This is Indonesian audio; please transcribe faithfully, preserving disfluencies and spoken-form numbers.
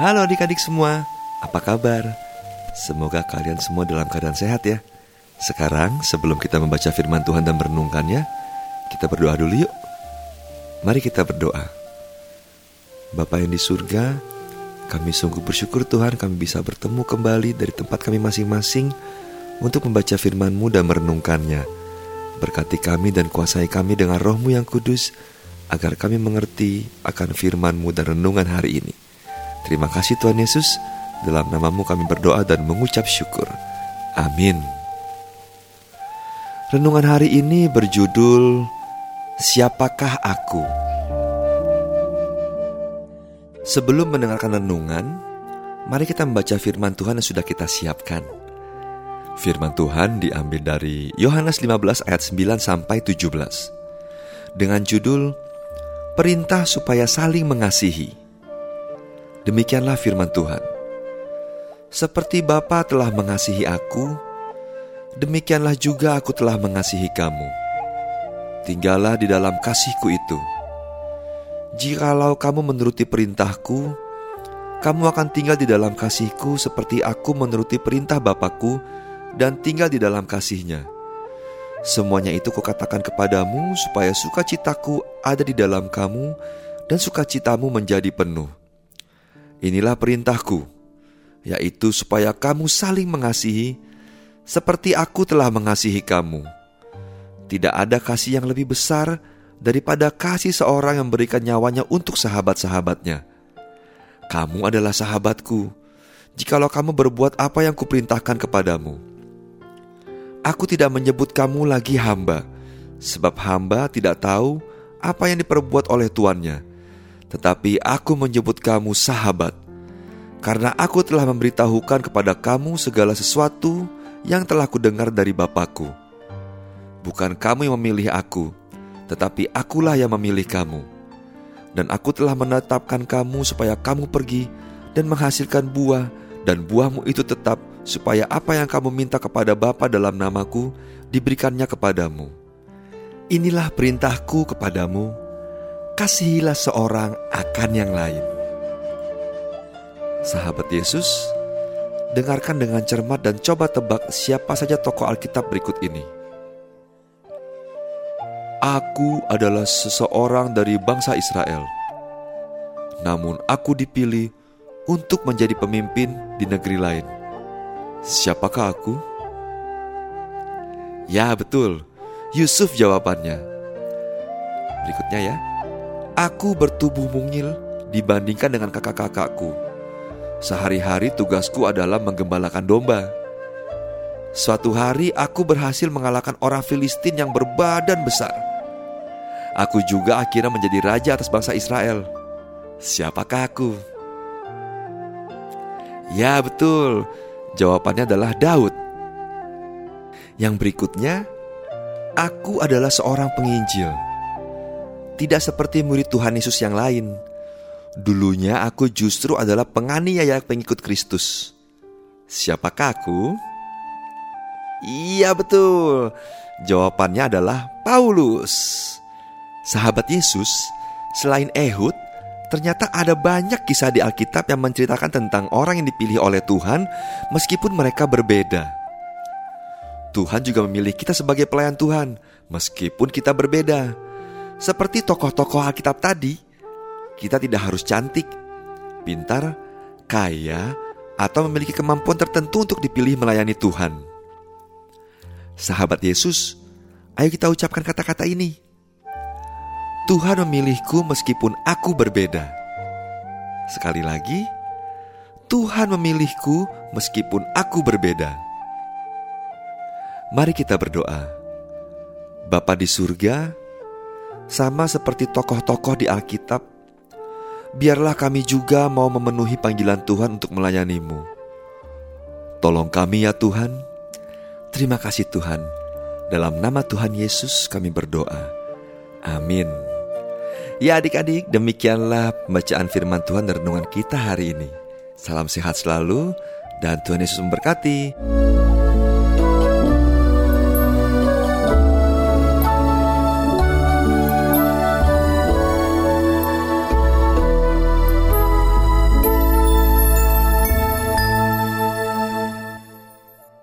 Halo adik-adik semua, apa kabar? Semoga kalian semua dalam keadaan sehat ya. Sekarang sebelum kita membaca firman Tuhan dan merenungkannya, kita berdoa dulu yuk. Mari kita berdoa. Bapa yang di surga, kami sungguh bersyukur Tuhan kami bisa bertemu kembali dari tempat kami masing-masing untuk membaca firman-Mu dan merenungkannya. Berkati kami dan kuasai kami dengan Roh-Mu yang kudus, agar kami mengerti akan firman-Mu dan renungan hari ini. Terima kasih Tuhan Yesus, dalam nama-Mu kami berdoa dan mengucap syukur. Amin. Renungan hari ini berjudul Siapakah Aku? Sebelum mendengarkan renungan, mari kita membaca firman Tuhan yang sudah kita siapkan. Firman Tuhan diambil dari Yohanes lima belas ayat sembilan sampai tujuh belas dengan judul Perintah supaya saling mengasihi. Demikianlah firman Tuhan. Seperti Bapa telah mengasihi aku, demikianlah juga aku telah mengasihi kamu. Tinggallah di dalam kasihku itu. Jikalau kamu menuruti perintahku, kamu akan tinggal di dalam kasihku seperti aku menuruti perintah Bapakku dan tinggal di dalam kasihnya. Semuanya itu kukatakan kepadamu supaya sukacitaku ada di dalam kamu dan sukacitamu menjadi penuh. Inilah perintahku, yaitu supaya kamu saling mengasihi seperti aku telah mengasihi kamu. Tidak ada kasih yang lebih besar daripada kasih seorang yang memberikan nyawanya untuk sahabat-sahabatnya. Kamu adalah sahabatku, jikalau kamu berbuat apa yang kuperintahkan kepadamu. Aku tidak menyebut kamu lagi hamba, sebab hamba tidak tahu apa yang diperbuat oleh tuannya. Tetapi aku menyebut kamu sahabat, karena aku telah memberitahukan kepada kamu segala sesuatu yang telah kudengar dari Bapakku. Bukan kamu yang memilih aku, tetapi akulah yang memilih kamu. Dan aku telah menetapkan kamu supaya kamu pergi dan menghasilkan buah, dan buahmu itu tetap, supaya apa yang kamu minta kepada Bapa dalam namaku diberikannya kepadamu. Inilah perintahku kepadamu, kasihilah seorang akan yang lain. Sahabat Yesus, dengarkan dengan cermat dan coba tebak siapa saja tokoh Alkitab berikut ini. Aku adalah seseorang dari bangsa Israel, namun aku dipilih untuk menjadi pemimpin di negeri lain. Siapakah aku? Ya betul, Yusuf jawabannya. Berikutnya ya. Aku bertubuh mungil dibandingkan dengan kakak-kakakku. Sehari-hari tugasku adalah menggembalakan domba. Suatu hari aku berhasil mengalahkan orang Filistin yang berbadan besar. Aku juga akhirnya menjadi raja atas bangsa Israel. Siapakah aku? Ya betul, jawabannya adalah Daud. Yang berikutnya, aku adalah seorang penginjil. Tidak seperti murid Tuhan Yesus yang lain. Dulunya aku justru adalah penganiaya pengikut Kristus. Siapakah aku? Iya betul, jawabannya adalah Paulus. Sahabat Yesus, selain Ehud, ternyata ada banyak kisah di Alkitab yang menceritakan tentang orang yang dipilih oleh Tuhan meskipun mereka berbeda. Tuhan juga memilih kita sebagai pelayan Tuhan meskipun kita berbeda. Seperti tokoh-tokoh Alkitab tadi, kita tidak harus cantik, pintar, kaya, atau memiliki kemampuan tertentu untuk dipilih melayani Tuhan. Sahabat Yesus, ayo kita ucapkan kata-kata ini. Tuhan memilihku meskipun aku berbeda. Sekali lagi, Tuhan memilihku meskipun aku berbeda. Mari kita berdoa. Bapa di surga, sama seperti tokoh-tokoh di Alkitab, biarlah kami juga mau memenuhi panggilan Tuhan untuk melayani-Mu. Tolong kami ya Tuhan. Terima kasih Tuhan. Dalam nama Tuhan Yesus kami berdoa. Amin. Ya adik-adik, demikianlah pembacaan firman Tuhan dan renungan kita hari ini. Salam sehat selalu dan Tuhan Yesus memberkati.